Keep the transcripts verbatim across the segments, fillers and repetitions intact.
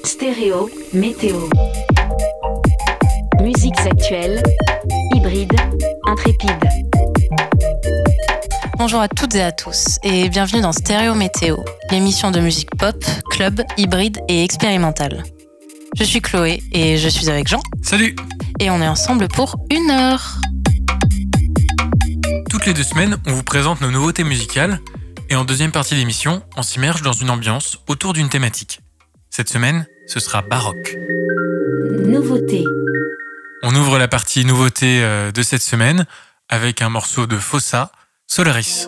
Stéréo, météo. Musiques actuelles, hybrides, intrépides. Bonjour à toutes et à tous et bienvenue dans Stéréo Météo, l'émission de musique pop, club, hybride et expérimentale. Je suis Chloé et je suis avec Jean. Salut! Et on est ensemble pour une heure. Toutes les deux semaines, on vous présente nos nouveautés musicales et en deuxième partie d'émission, on s'immerge dans une ambiance autour d'une thématique. Cette semaine, ce sera baroque. Nouveauté. On ouvre la partie nouveauté de cette semaine avec un morceau de Fossa, Solaris.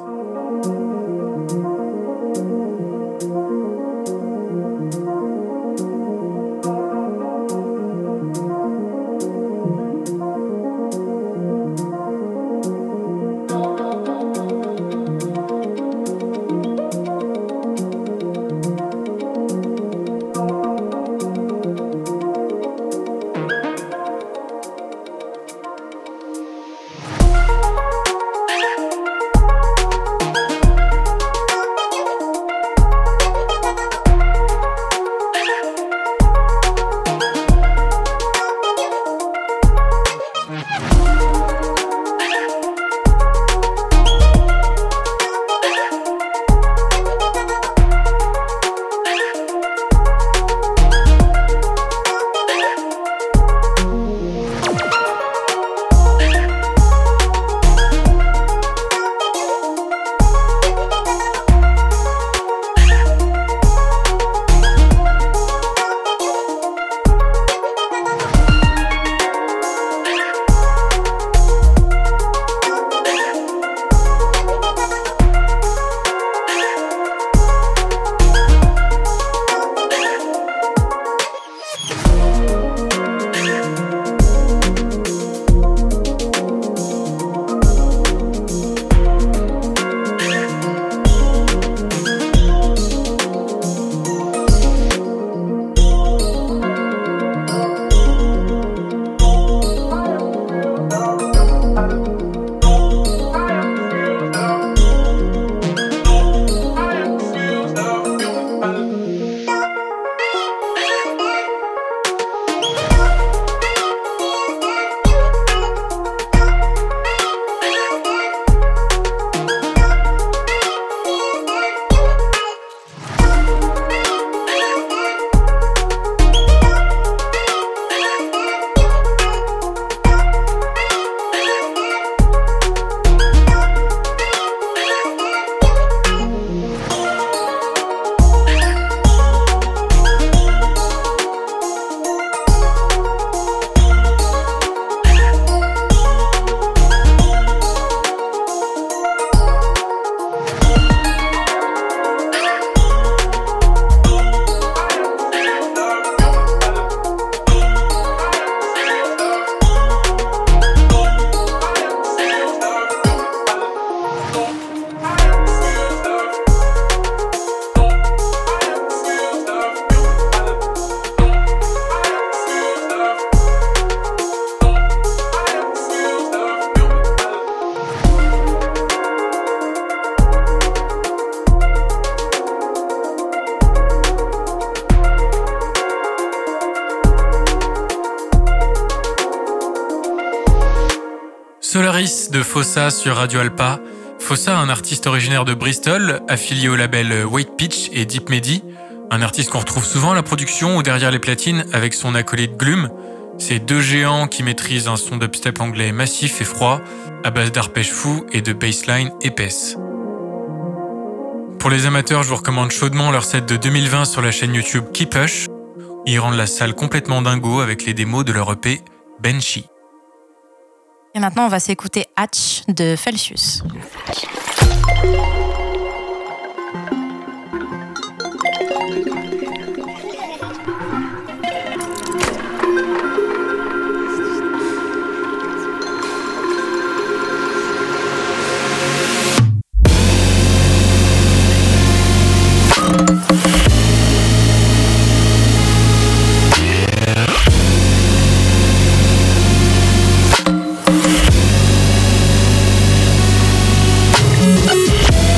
Solaris de Fossa sur Radio Alpa. Fossa, un artiste originaire de Bristol, affilié au label White Peach et Deep Medi, un artiste qu'on retrouve souvent à la production ou derrière les platines avec son acolyte Gloom. Ces deux géants qui maîtrisent un son dubstep anglais massif et froid, à base d'arpèges fous et de bassline épaisse. Pour les amateurs, je vous recommande chaudement leur set de deux mille vingt sur la chaîne YouTube Keep Hush. Ils rendent la salle complètement dingo avec les démos de leur E P Banshee. Et maintenant, on va s'écouter Hatch de Felcius. Yeah.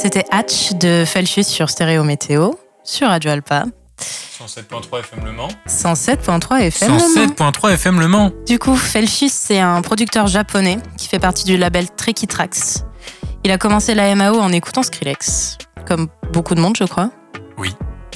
C'était Hatch de Felchus sur Stéréo Météo, sur Radio Alpa. cent sept virgule trois F M Le Mans. cent sept virgule trois F M Le Mans. cent sept virgule trois F M Le Mans. Du coup, Felchus, c'est un producteur japonais qui fait partie du label Tricky Tracks. Il a commencé la M A O en écoutant Skrillex, comme beaucoup de monde, je crois. Oui.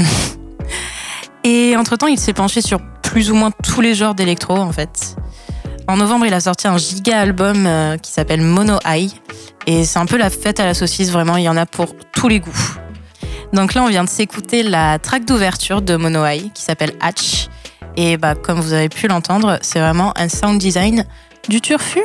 Et entre-temps, il s'est penché sur plus ou moins tous les genres d'électro, en fait. En novembre, il a sorti un giga album euh, qui s'appelle Mono Eye. Et c'est un peu la fête à la saucisse, vraiment, il y en a pour tous les goûts. Donc là, on vient de s'écouter la track d'ouverture de Mono Eye, qui s'appelle Hatch. Et bah, comme vous avez pu l'entendre, c'est vraiment un sound design du turfu.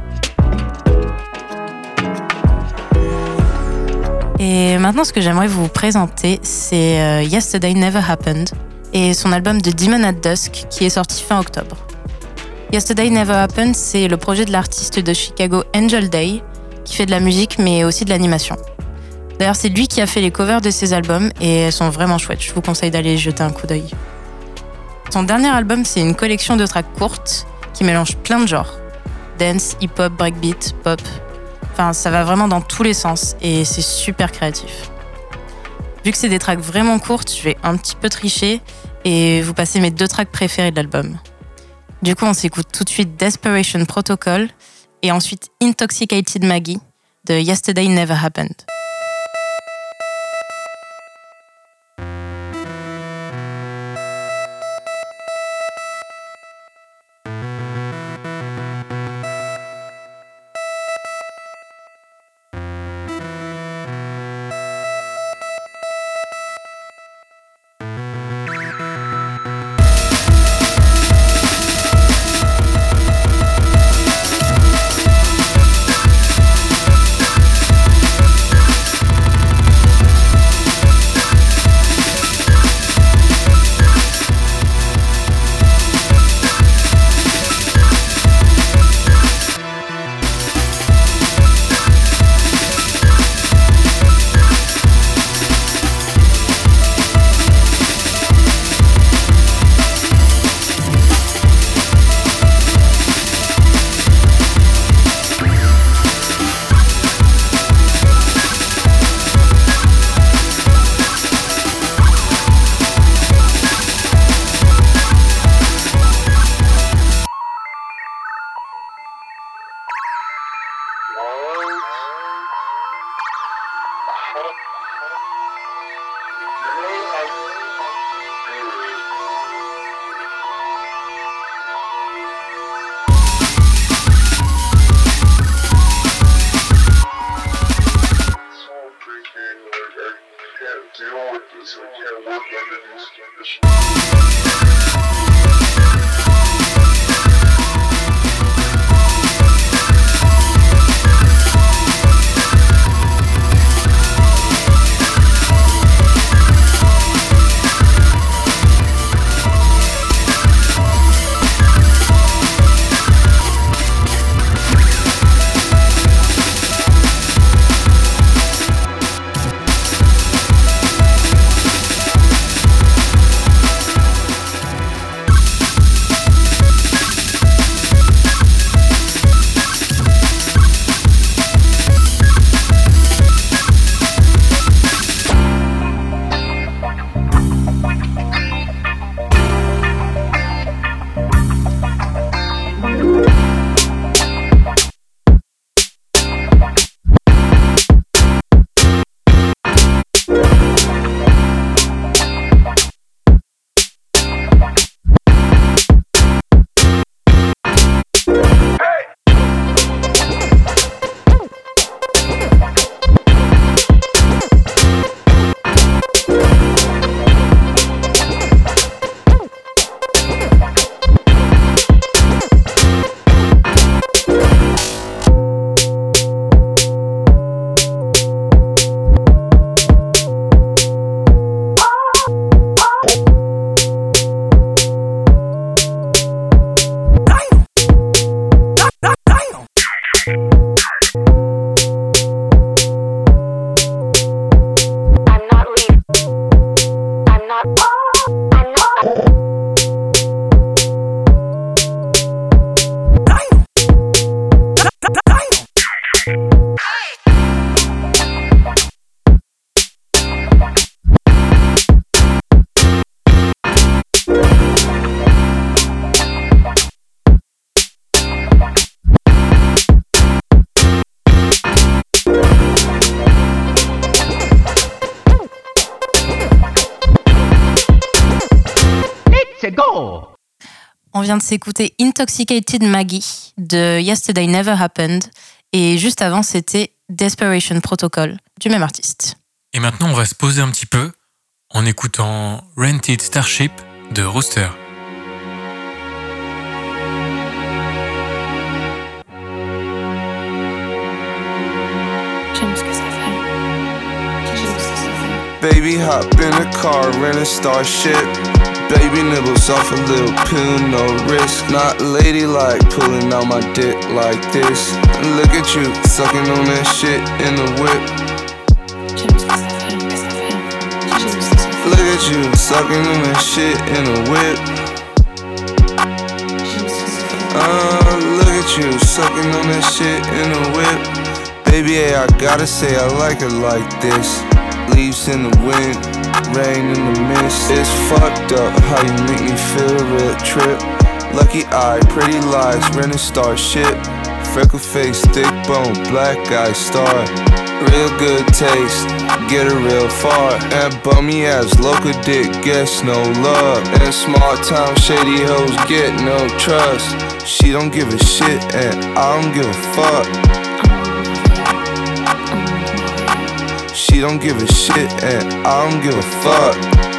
Et maintenant, ce que j'aimerais vous présenter, c'est euh, Yesterday Never Happened et son album The Demon at Dusk, qui est sorti fin octobre. Yesterday Never Happened, c'est le projet de l'artiste de Chicago Angel Day, qui fait de la musique mais aussi de l'animation. D'ailleurs, c'est lui qui a fait les covers de ses albums et elles sont vraiment chouettes. Je vous conseille d'aller jeter un coup d'œil. Son dernier album, c'est une collection de tracks courtes qui mélangent plein de genres. Dance, hip-hop, breakbeat, pop. Enfin, ça va vraiment dans tous les sens et c'est super créatif. Vu que c'est des tracks vraiment courtes, je vais un petit peu tricher et vous passer mes deux tracks préférés de l'album. Du coup, on s'écoute tout de suite Desperation Protocol et ensuite Intoxicated Maggie de Yesterday Never Happened. On vient de s'écouter Intoxicated Maggie de Yesterday Never Happened et juste avant c'était Desperation Protocol du même artiste. Et maintenant on va se poser un petit peu en écoutant Rented Starship de Rooster. J'aime ce que ça fait. J'aime ce que ça fait. Baby hop in a car, rent a Starship. Baby nibbles off a little pill, no risk. Not ladylike, pulling out my dick like this. And look at you, sucking on that shit in the whip. Look at you, sucking on that shit in the whip. Uh, look at you, sucking on that shit in the whip. Baby, yeah, I gotta say I like it like this. Leaves in the wind, rain in the mist. It's fucked up how you make me feel a real trip. Lucky eye, pretty lies, renting Starship. Freckle face, thick bone, black eye star. Real good taste, get her real far. And bummy ass, local dick, gets no love. And small town shady hoes get no trust. She don't give a shit and I don't give a fuck. She don't give a shit and I don't give a fuck.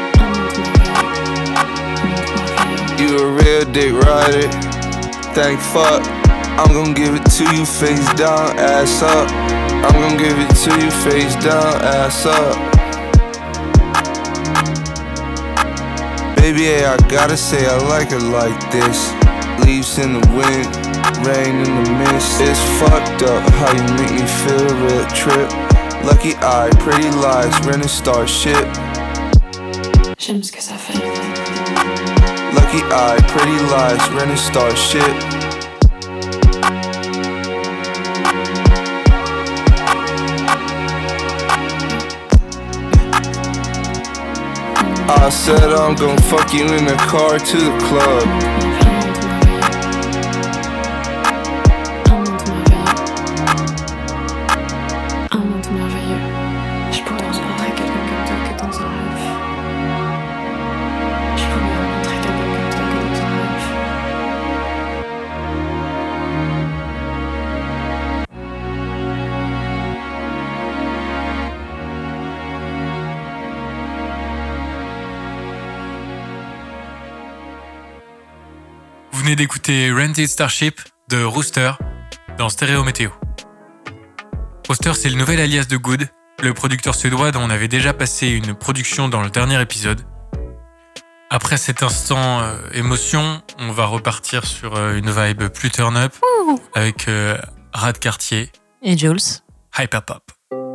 You a real dick rider, thank fuck. I'm gon' give it to you face down, ass up. I'm gon' give it to you face down, ass up. Baby, yeah, I gotta say I like it like this. Leaves in the wind, rain in the mist. It's fucked up how you make me feel a real trip. Lucky eye, pretty lies, renting Starship. J'aime ce que ça fait. Lucky eye, pretty lies, renting Starship. I said I'm gon' fuck you in the car to the club. Vous venez d'écouter Rented Starship de Rooster dans Stéréo Météo. Rooster, c'est le nouvel alias de Good, le producteur suédois dont on avait déjà passé une production dans le dernier épisode. Après cet instant euh, émotion, on va repartir sur euh, une vibe plus turn-up Ouh. avec euh, Rad Cartier Et Jules. Hyperpop.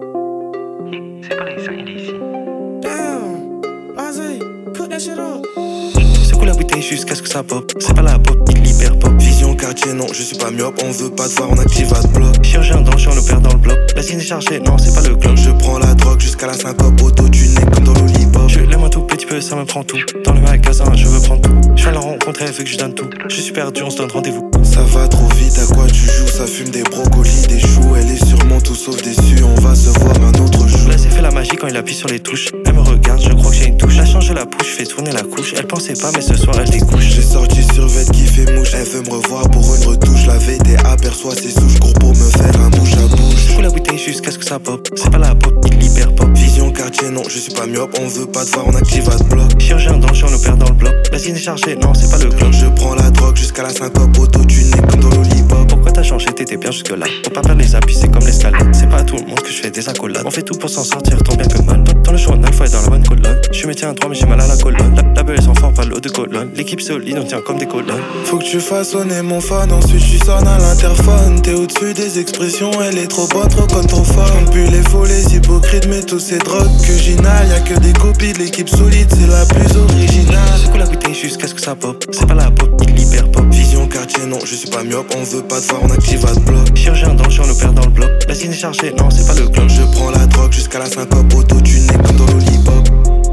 C'est pas les il est ici. Damn, vas-y, put that shit up. Secoue la bouteille jusqu'à ce que ça pop. C'est pas la pop, il hyper pop. Vision quartier, non, je suis pas myope. On veut pas te voir, on active à te bloc. Chirurgien dans le champ, on opère dans le bloc. La scène est chargée, non, c'est pas le club. Je prends la drogue jusqu'à la syncope, auto-tuné comme dans l'Olipop. Je l'aime un tout petit peu, ça me prend tout. Dans le magasin, je veux prendre tout. Je viens la rencontrer, elle veut que je donne tout. Je suis perdu, on se donne rendez-vous. Ça va trop vite, à quoi tu joues? Ça fume des brocolis, des choux. Elle est sûrement tout sauf déçue, on va se voir un autre jour. Là, c'est fait la magie quand il appuie sur les touches. Elle me regarde, je crois que j'ai une touche. La change, je la pousse, je fais tourner la couche. Elle pensait pas, mais ce soir, elle découche. J'ai sorti sur vêt qui fait mouche. Elle veut me revoir pour une retouche. La V T aperçoit ses souches, cours pour me faire un bouche à bouche. Secoue la bouteille jusqu'à ce que ça pop. C'est pas la pop, il hyper pop. Vision quartier, non, je suis pas myope. On veut pas te voir, on active à te bloc. Chirurgien dans le champ, on opère dans le bloc. La scène est chargée, non, c'est pas le club. Je prends la drogue jusqu'à la syncope, auto-tuné comme dans l'Olipop. Pourquoi t'as changé, t'étais bien jusque là. Faut pas perdre les appuis, c'est comme l'escalade. C'est pas à tout le monde que je fais des accolades. On fait tout pour s'en sortir, tant bien que mal. Dans le journal, faut être dans la bonne colonne. Je suis métier un droit, mais j'ai mal à la colonne. La, la belle est sans fort, pas l'eau de colonne. L'équipe solide, on tient comme des colonnes. Faut que tu fasses sonner mon phone, ensuite je sonne à l'interphone. T'es au-dessus des expressions, elle est trop bonne, trop comme trop fort. Compte plus les faux, les hypocrites, mais tous ces drogues que j'inhale. Y'a que des copies de l'équipe solide, c'est la plus originale. Secoue la bouteille jusqu'à ce que ça pop. C'est pas la pop, il hyper pop. Vision quartier, non, je suis pas myope. On veut pas te voir, on active à te bloc. Chirurgien dans le champ, on opère dans le bloc. La scène est chargée, non, c'est pas le club. Je prends la drogue jusqu'à la syncope, auto-tuné comme dans l'Olipop.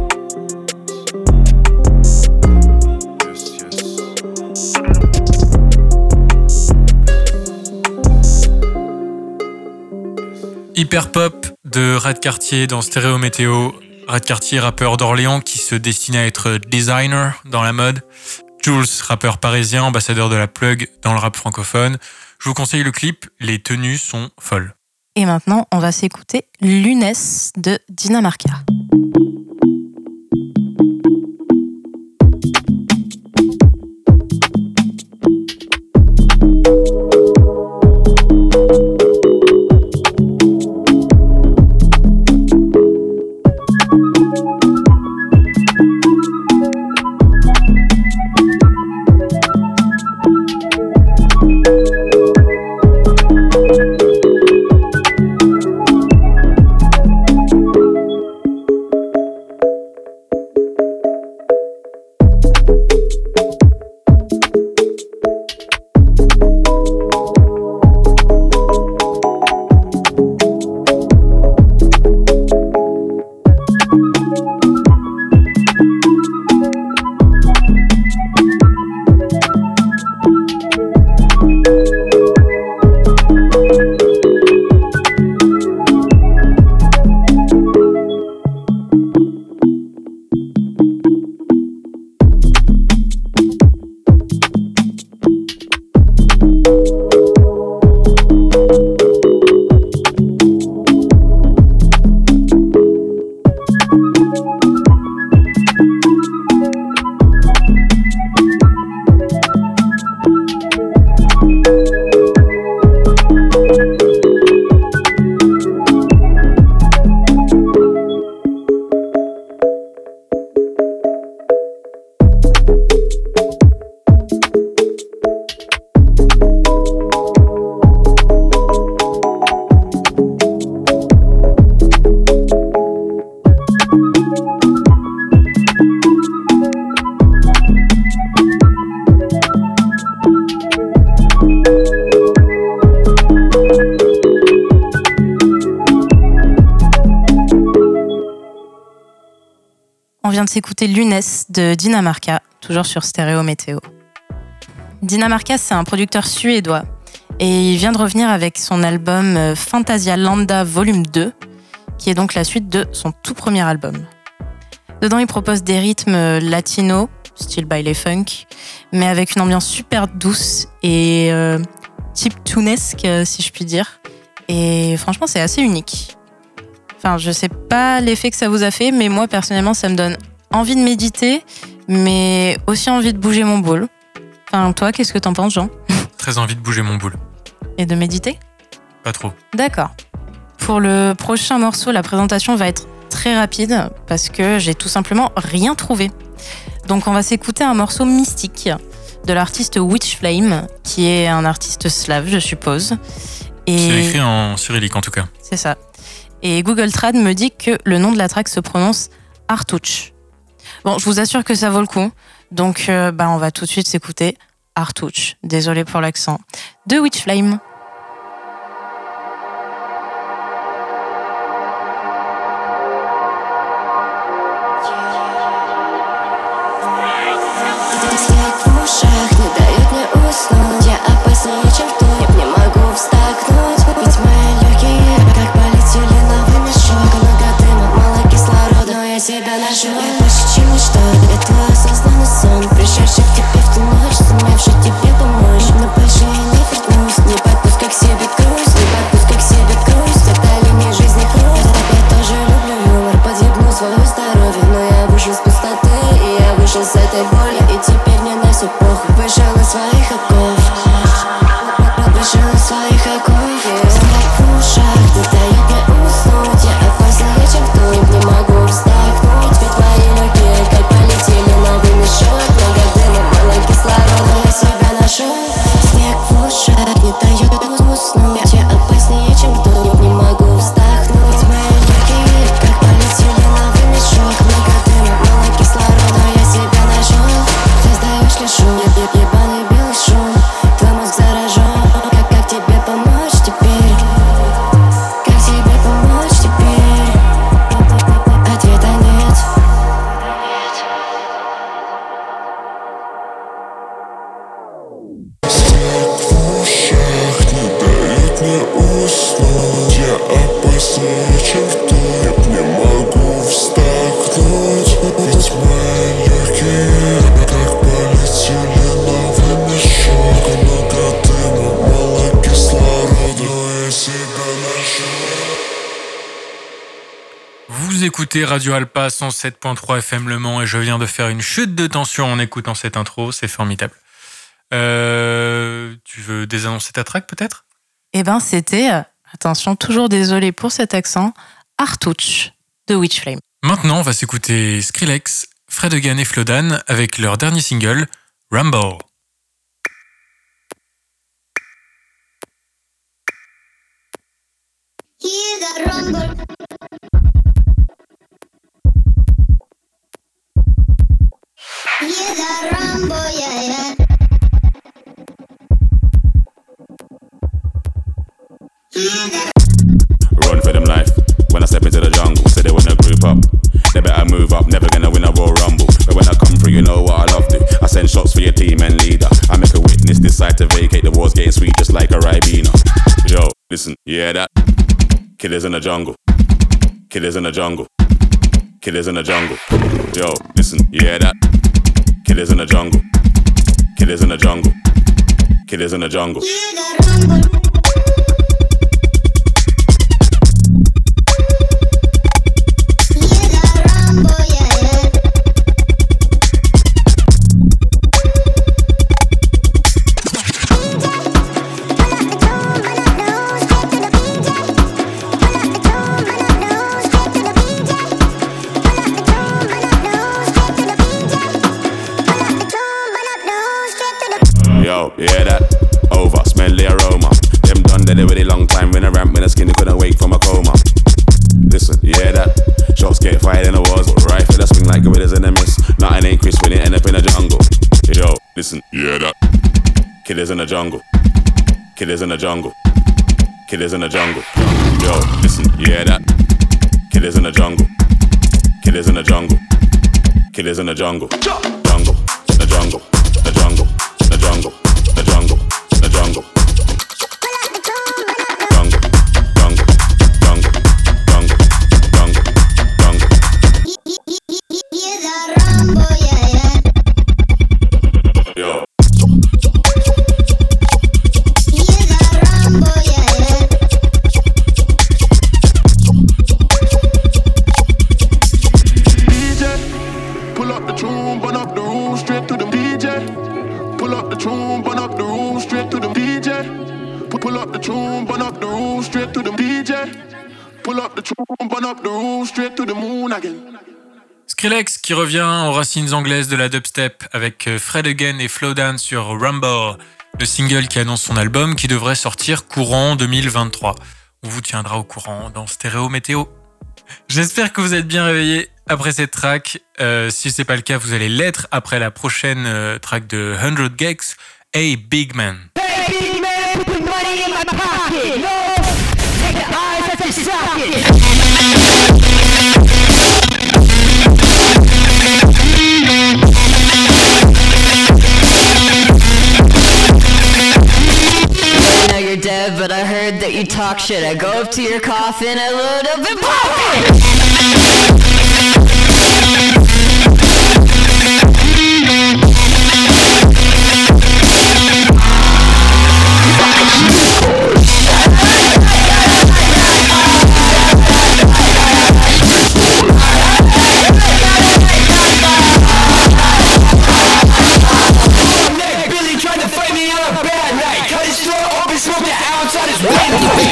Hyperpop de Rad Cartier dans Stéréo Météo. Rad Cartier, rappeur d'Orléans qui se destine à être designer dans la mode. Jules, rappeur parisien, ambassadeur de la plug dans le rap francophone. Je vous conseille le clip, les tenues sont folles. Et maintenant, on va s'écouter Lunes de Dinamarca. On vient de s'écouter Lunes de Dinamarca, toujours sur Stéréo Météo. Dinamarca, c'est un producteur suédois et il vient de revenir avec son album Fantasia Landa Volume deux, qui est donc la suite de son tout premier album. Dedans, il propose des rythmes latinos, style baile funk, mais avec une ambiance super douce et euh, chiptunesque, si je puis dire. Et franchement, c'est assez unique. Enfin, je sais pas l'effet que ça vous a fait, mais moi, personnellement, ça me donne envie de méditer, mais aussi envie de bouger mon boule. Enfin, toi, qu'est-ce que t'en penses, Jean ? Très envie de bouger mon boule. Et de méditer ? Pas trop. D'accord. Pour le prochain morceau, la présentation va être très rapide parce que j'ai tout simplement rien trouvé. Donc, on va s'écouter un morceau mystique de l'artiste Witch Flame, qui est un artiste slave, je suppose. Et... c'est écrit en cyrillique, en tout cas. C'est ça. Et Google Trad me dit que le nom de la track se prononce Artuch. Bon, je vous assure que ça vaut le coup. Donc, euh, bah, on va tout de suite s'écouter Artuch. Désolé pour l'accent. De Witch Flame. Себя ношу, я больше, чем ничто. Я твой осознанный сон. Пришедший к тебе в ту ночь, сумевший тебе помочь. На большие не вернусь, не подпускай к себе грусть, не подпускай к себе грусть. Это линия жизни хруст. Я тоже люблю юмор, подъебну свое здоровье. Но я вышел с пустоты, и я вышел с этой боли. И теперь мне на все похуй. Вышел из своих оков, вышел из своих оков. Снег в ушах не дает мне уснуть. Я опаснее, чем кто-нибудь, не могу встать. Ведь мои легкие как полетели на вымешок. Много дыма, мало кислорода, я себя нашел. Снег в ушах не дает уснуть. Я опаснее, чем кто-нибудь, не могу вздохнуть. Ведь мои легкие как полетели на вымешок. Много дыма, мало кислорода, я себя нашел. Ты сдаешь ли шум, еб ебаный белый шум. Твой мозг заражен, как, как тебе помочь теперь? Как тебе помочь теперь? Ответа нет. Снег в ушах не дает мне уснуть. Я опаснее, чем кто-нибудь, не могу вздохнуть. Ведь мои легкие как полетели écoutez Radio Alpa cent sept virgule trois F M Le Mans et je viens de faire une chute de tension en écoutant cette intro, c'est formidable. Euh, tu veux désannoncer ta track peut-être ? Eh ben c'était, attention, toujours désolé pour cet accent, Artouch de Witch Flame. Maintenant, on va s'écouter Skrillex, Fred Again et Flodan avec leur dernier single, Rumble. Hear that rumble. Hear that rumble, yeah, yeah. Hear that. Run for them life. When I step into the jungle, say they wanna group up. They better move up, never gonna win a Royal Rumble. But when I come through, you know what I love to. I send shots for your team and leader. I make a witness decide to vacate. The war's getting sweet just like a Ribena. Yo, listen, you hear that? Killers in the jungle. Killers in the jungle. Killers in the jungle. Yo, listen, you hear that? Killers in the jungle. Killers in the jungle. Killers in the jungle. Hear that rumble. Hear that rumble, yeah, yeah. Yo, you hear that? Over, smell the aroma. Them done dead already long time when I ramp when the skinny couldn't wake from a coma. Listen, you hear that? Shots get fired in the walls, but rifle a swing like a winners in the miss. Nothing ain't crisp when it end up in the jungle. Yo, listen, you hear that? Killers in the jungle. Killers in the jungle. Killers in the jungle. Yo, listen, you hear that? Killers in the jungle. Killers in the jungle. Killers in the jungle. Jungle, the jungle, the jungle, the jungle, the jungle, the jungle. Jungle, jungle, jungle, jungle, jungle, jungle. Hear that rumble, yeah, yeah. Yo. Hear that rumble, yeah, yeah. D J, pull up the tune, burn up the room, straight to the D J. Pull up the tune, burn up the room, straight to the D J. Pu- Pull up the tune, burn up the room, straight to the D J. Pull up the tune, burn up the room, straight to the moon again. Skrillex qui revient aux racines anglaises de la dubstep avec Fred Again et Flodan sur Rumble, le single qui annonce son album qui devrait sortir courant deux mille vingt-trois. On vous tiendra au courant dans Stéréo Météo. J'espère que vous êtes bien réveillés après cette track. Euh, si c'est pas le cas, vous allez l'être après la prochaine euh, track de cent Gex, Hey Big Man. I know you're dead, but I heard that you talk shit. I go up to your coffin, I load up and pop it. Billy tried to fight me on a bad night. Cut his throat open, smoked an ounce on his way.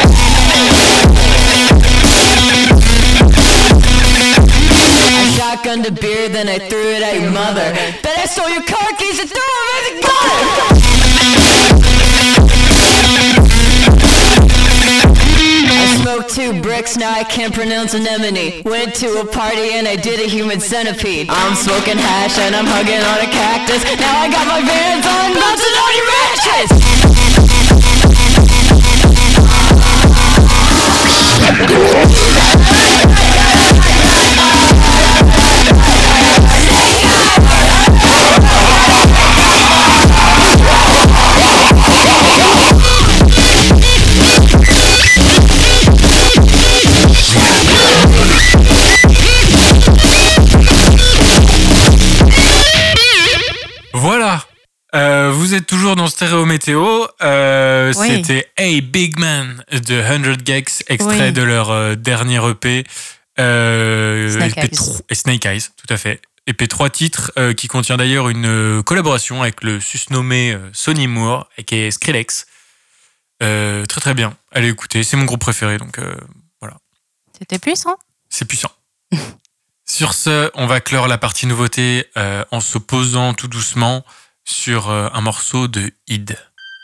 I shotgunned a beer, then I threw it at your mother. Then I stole your car keys and threw them in the gutter. I smoked two bricks, now I can't pronounce anemone. Went to a party and I did a human centipede. I'm smoking hash and I'm hugging on a cactus. Now I got my Vans on, bouncing on your mattress. Voilà. Euh, vous êtes toujours dans Stéréo Météo. Euh, Oui. C'était Hey Big Man de cent Gex, extrait Oui. de leur euh, dernier E P. Euh, Snake et, P3, et Snake Eyes, tout à fait. E P trois titres euh, qui contient d'ailleurs une euh, collaboration avec le susnommé euh, Sonny Moore et qui est Skrillex. Euh, très très bien. Allez écouter, c'est mon groupe préféré, donc euh, voilà. C'était puissant. C'est puissant. Sur ce, on va clore la partie nouveauté euh, en se posant tout doucement sur euh, un morceau de Id.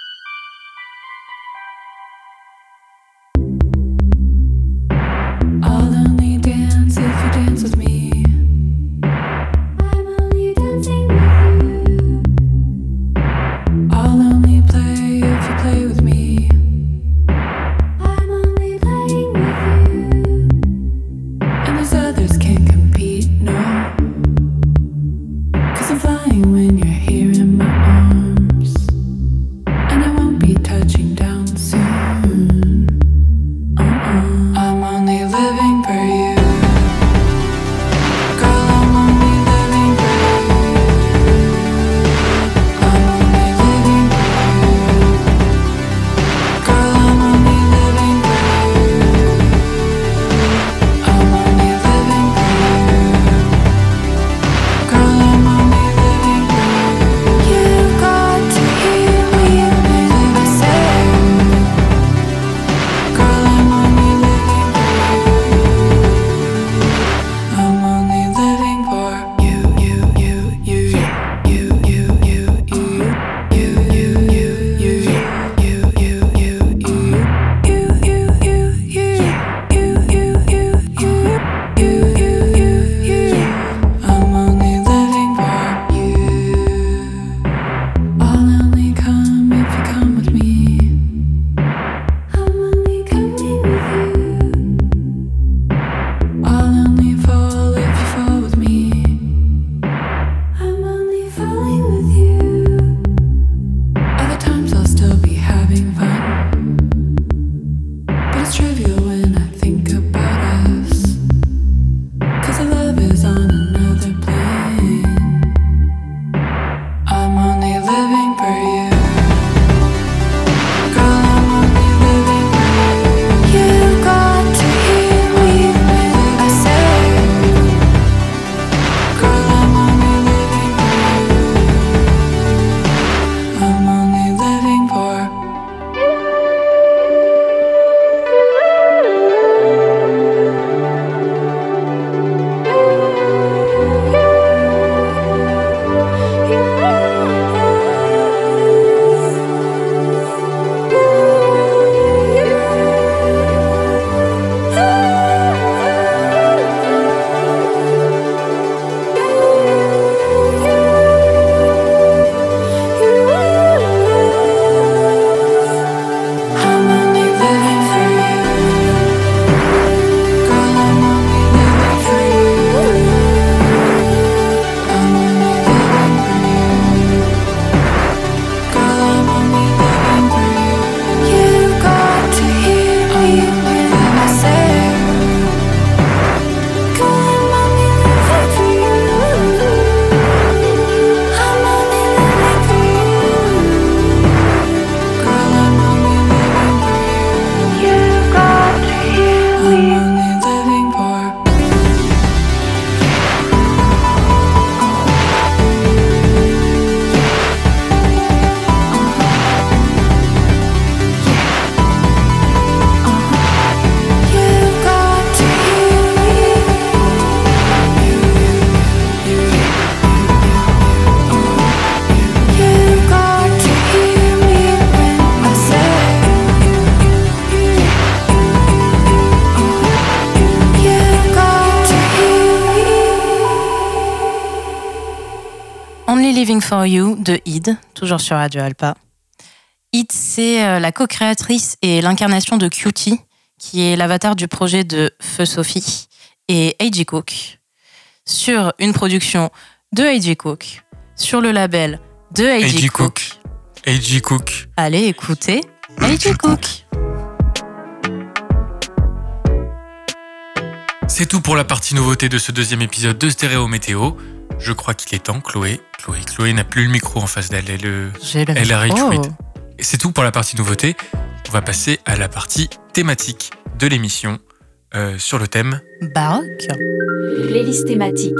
When you're here in my arms, and I won't be touching down soon. Uh-uh. I'm only living for you. Girl, I'm only living for you. I'm only living for you. Girl, I'm only living for you. I'm only living for you. Girl, I'm only living for you. You've got to hear me when I say, girl, I'm only living for you. I'm only living for you, you, you, you, you, you, you, you, you, you, you, you, you, you, you, I'm only living for you. I'll only come if you come with me. I'm only coming with you. I'll only fall if you fall with me. I'm only falling with you. Other times I'll still be having fun, but it's trivial when I think about us, 'cause our love is on another plane. I'm only living for you. Girl, I'm only living for you. You've got to hear me when I say, girl, I'm only living for you. I'm only living for I'm only living for you. Girl, I'm only living for you. I'm only living for you. Girl, I'm only living for you. You've got to hear me when I say, girl, I'm only living for you. I'm only living for you. Girl, I'm only living for you. You've got to hear me. I'm only living for You've got to hear me. You've got to hear me when I say, you've got to hear me. Only Living for You de Id, toujours sur Radio Alpa. Id, c'est euh, la co-créatrice et l'incarnation de Cutie, qui est l'avatar du projet de Feu Sophie et A J Cook, sur une production de A J Cook, sur le label de A J Cook. A J Cook. Allez écoutez A J Cook. C'est tout pour la partie nouveauté de ce deuxième épisode de Stéréo Météo. Je crois qu'il est temps, Chloé. Chloé, Chloé n'a plus le micro en face d'elle. Elle, euh, J'ai le elle a micro. rage quit. Et c'est tout pour la partie nouveauté. On va passer à la partie thématique de l'émission. euh, sur le thème baroque. Playlist thématique.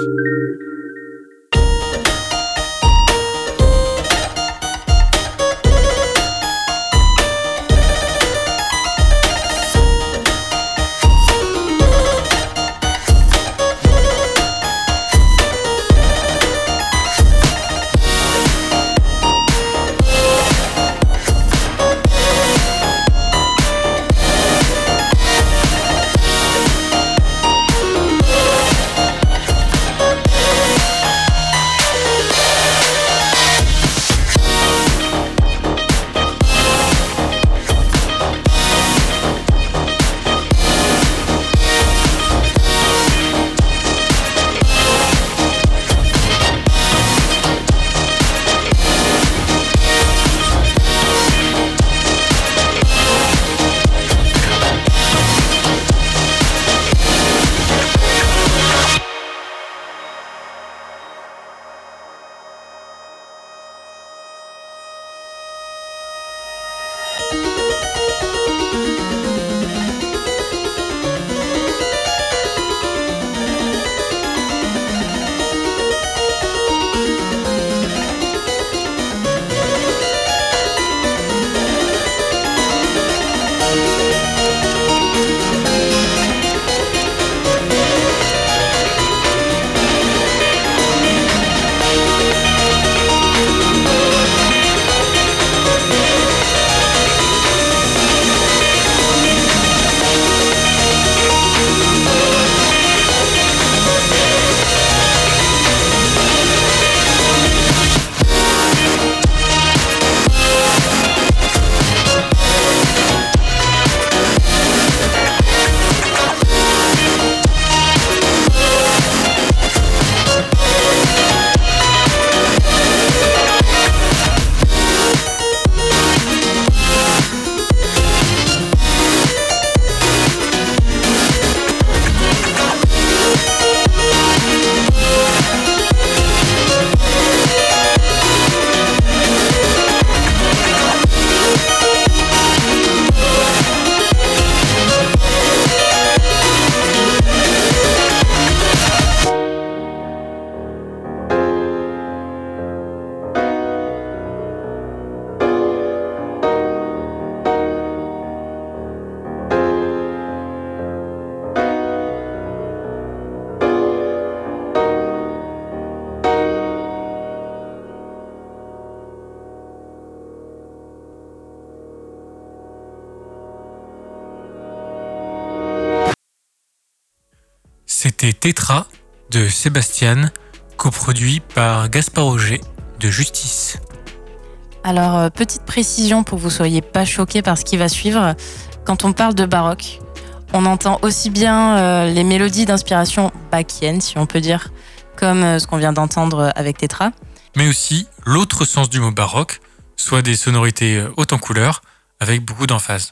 C'était Tétra de Sébastien, coproduit par Gaspard Auger de Justice. Alors, euh, petite précision pour que vous soyez pas choqués par ce qui va suivre. Quand on parle de baroque, on entend aussi bien euh, les mélodies d'inspiration bacchienne, si on peut dire, comme euh, ce qu'on vient d'entendre avec Tétra. Mais aussi l'autre sens du mot baroque, soit des sonorités hautes en couleur, avec beaucoup d'emphase.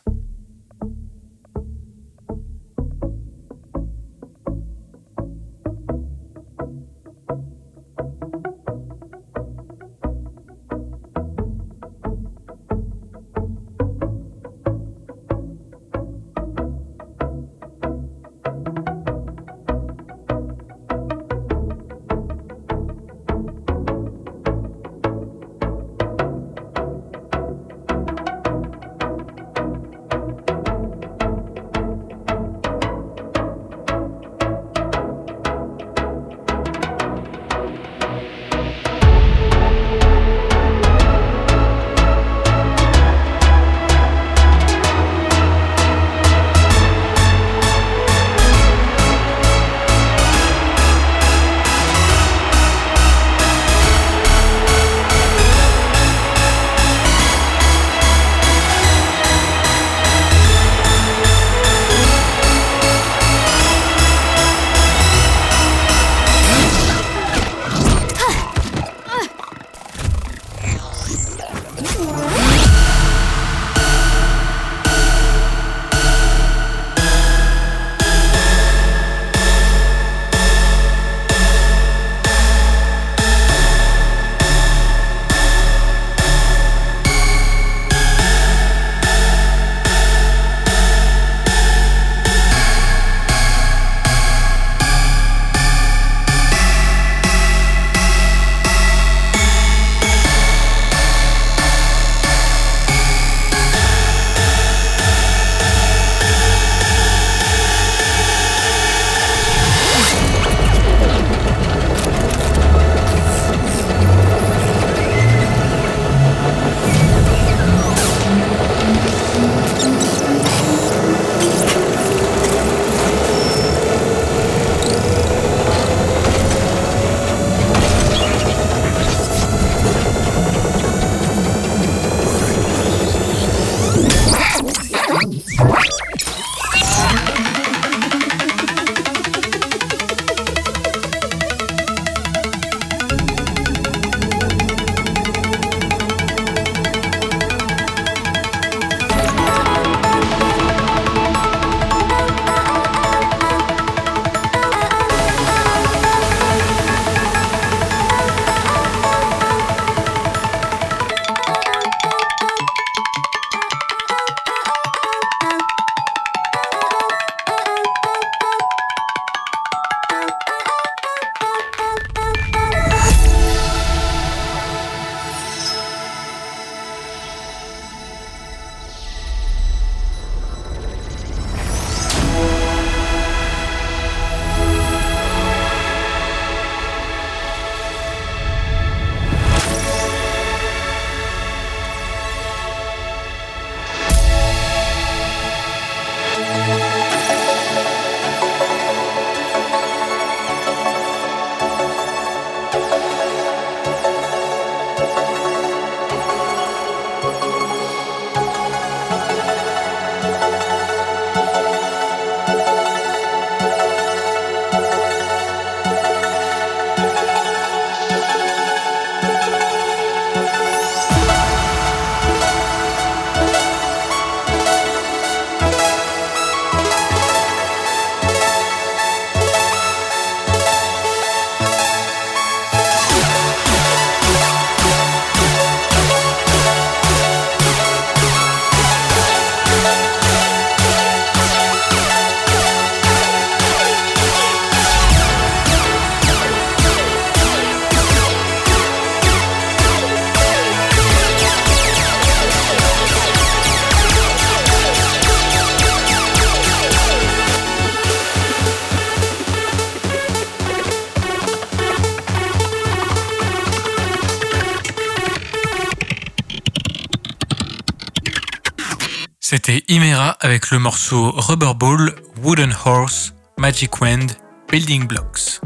C'était Imera avec le morceau Rubber Ball, Wooden Horse, Magic Wand, Building Blocks.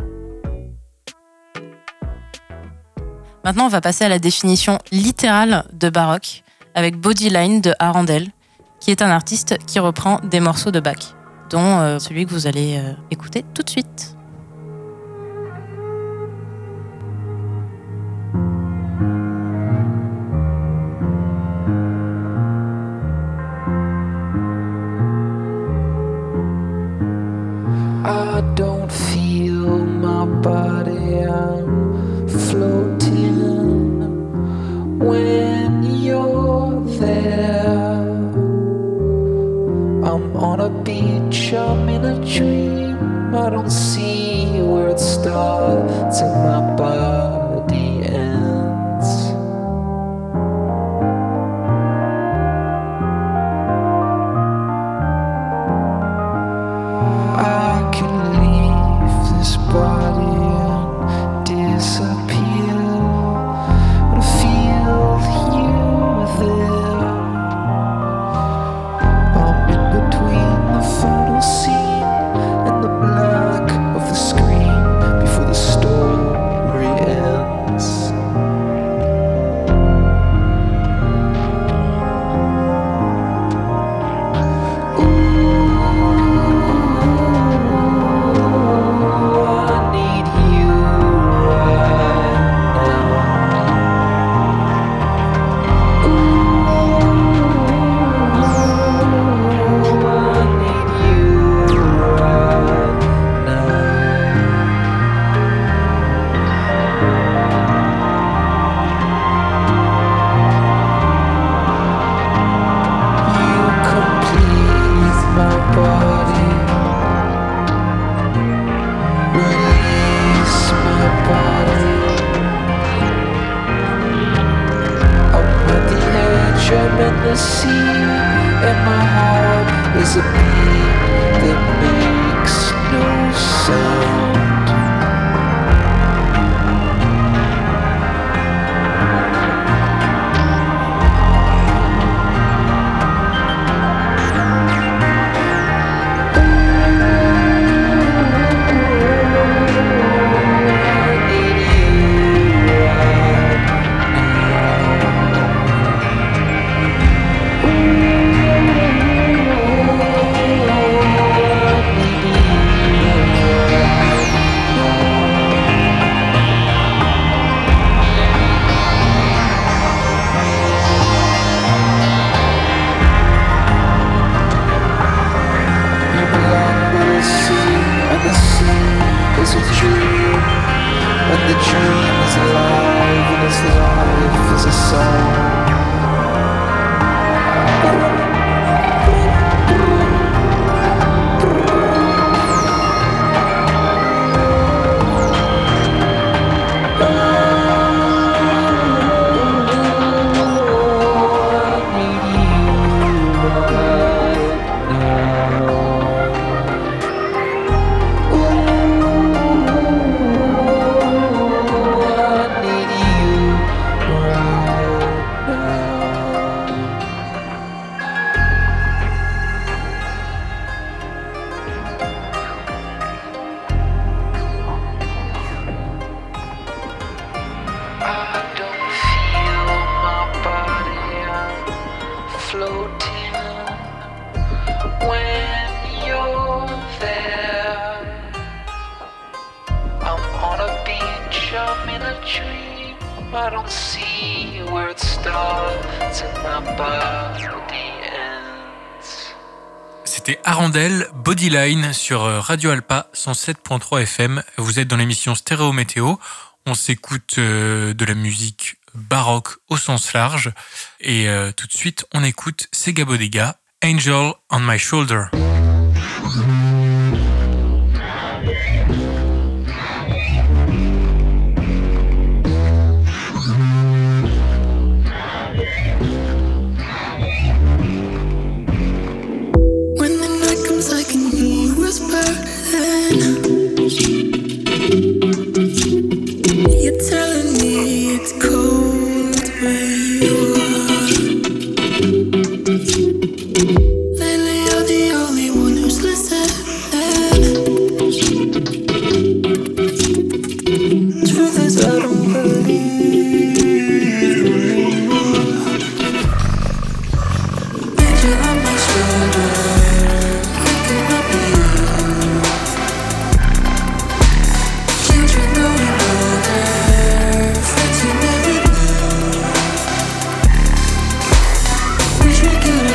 Maintenant, on va passer à la définition littérale de baroque avec Bodyline de Arandel, qui est un artiste qui reprend des morceaux de Bach, dont euh, celui que vous allez euh, écouter tout de suite. I don't feel my body, I'm floating when you're there. I'm on a beach, I'm in a dream, I don't see where it starts and my body ends. I can leave this body and disappear, but I feel you there. I'm in between the final scene and the black of the screen before the story ends. The sea and my heart is a beat that makes no sound. C'était Arandel, Bodyline sur Radio Alpa cent sept virgule trois F M. Vous êtes dans l'émission Stéréo Météo. On s'écoute euh, de la musique baroque au sens large. Et euh, tout de suite, on écoute Sega Bodega, Angel on My Shoulder. You're telling me it's cold where you are.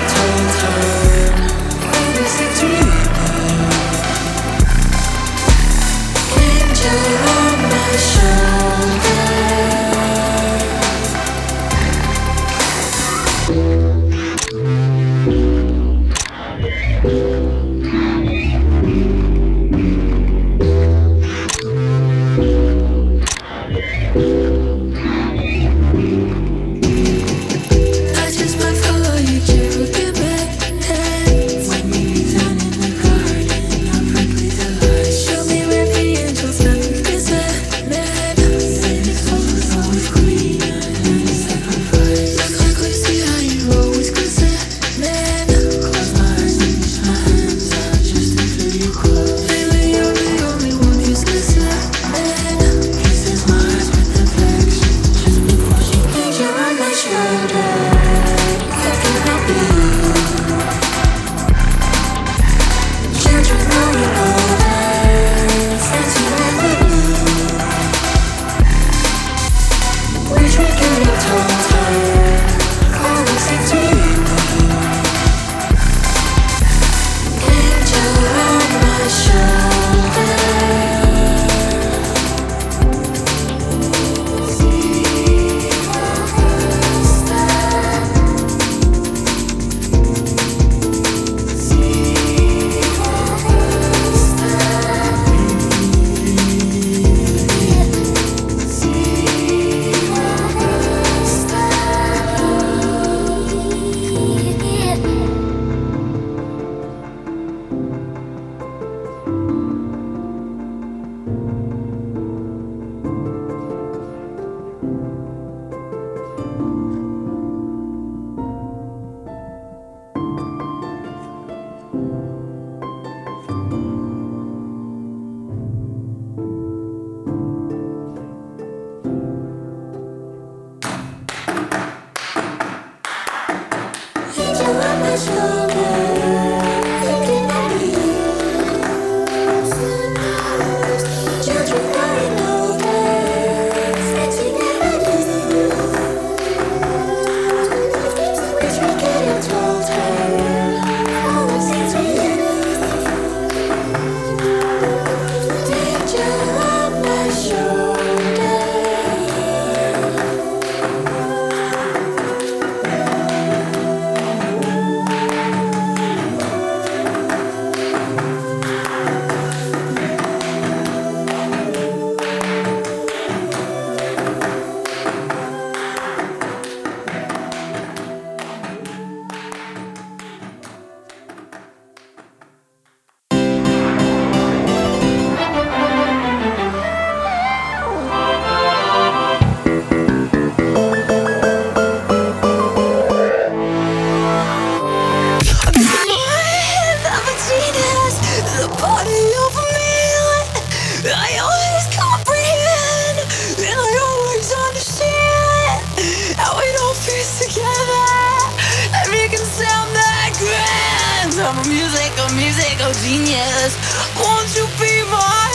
I'm a musical, musical genius. Won't you be my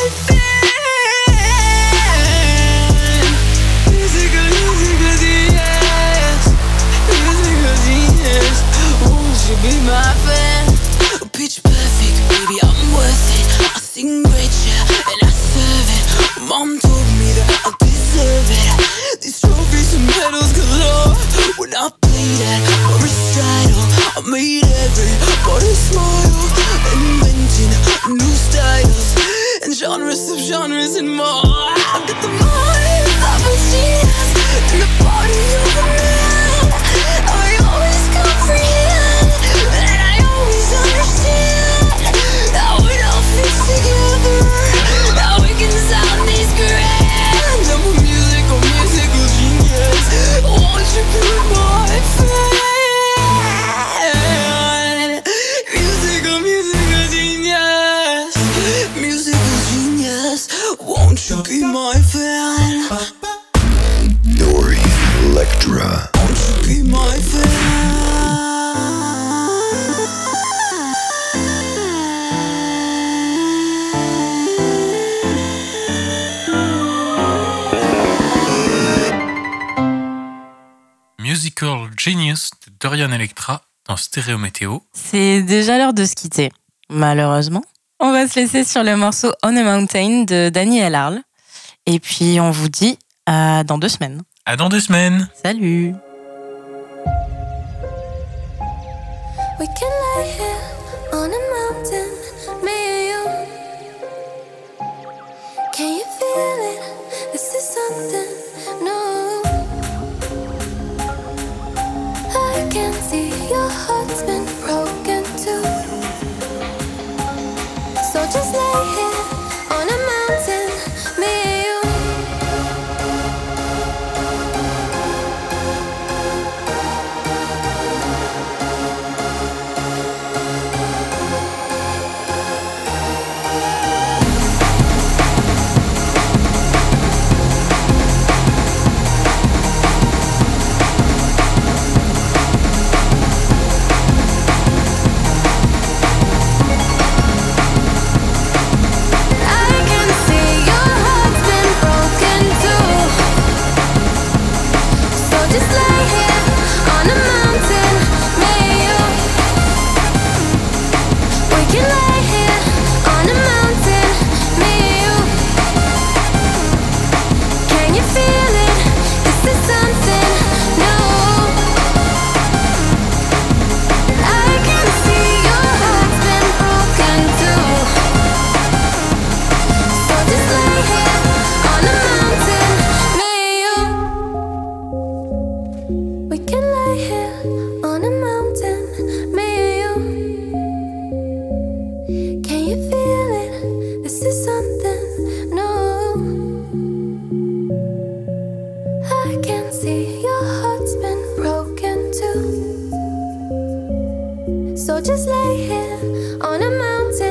fan? Musical, musical genius. Musical genius. Won't you be my fan? Pitch perfect, baby, I'm worth it. I sing great, yeah, and I serve it. Mom told me that I deserve it. These trophies and medals galore. When I play that a recital, I made everybody smile. Inventing new styles and genres of genres and more. I got the mind of a genius and the body of a man. I always comprehend and I always understand how it all fits together, how we can sound these grand. I'm a musical, musical genius. Won't you be my fan? Musical, musical genius. Musical genius. Won't you be my fan? Nori Electra. Won't you be my fan? Musical Genius de Dorian Electra, dans Stéréo Météo. C'est déjà l'heure de se quitter, malheureusement. On va se laisser sur le morceau On a Mountain de Daniel Arl. Et puis on vous dit à dans deux semaines. À dans deux semaines. Salut. We can lay here on a mountain, me and you. Can you feel it? This is something new. I can see your heart's been broken too. So just lay here on a mountain, me and you. So just lay here on a mountain.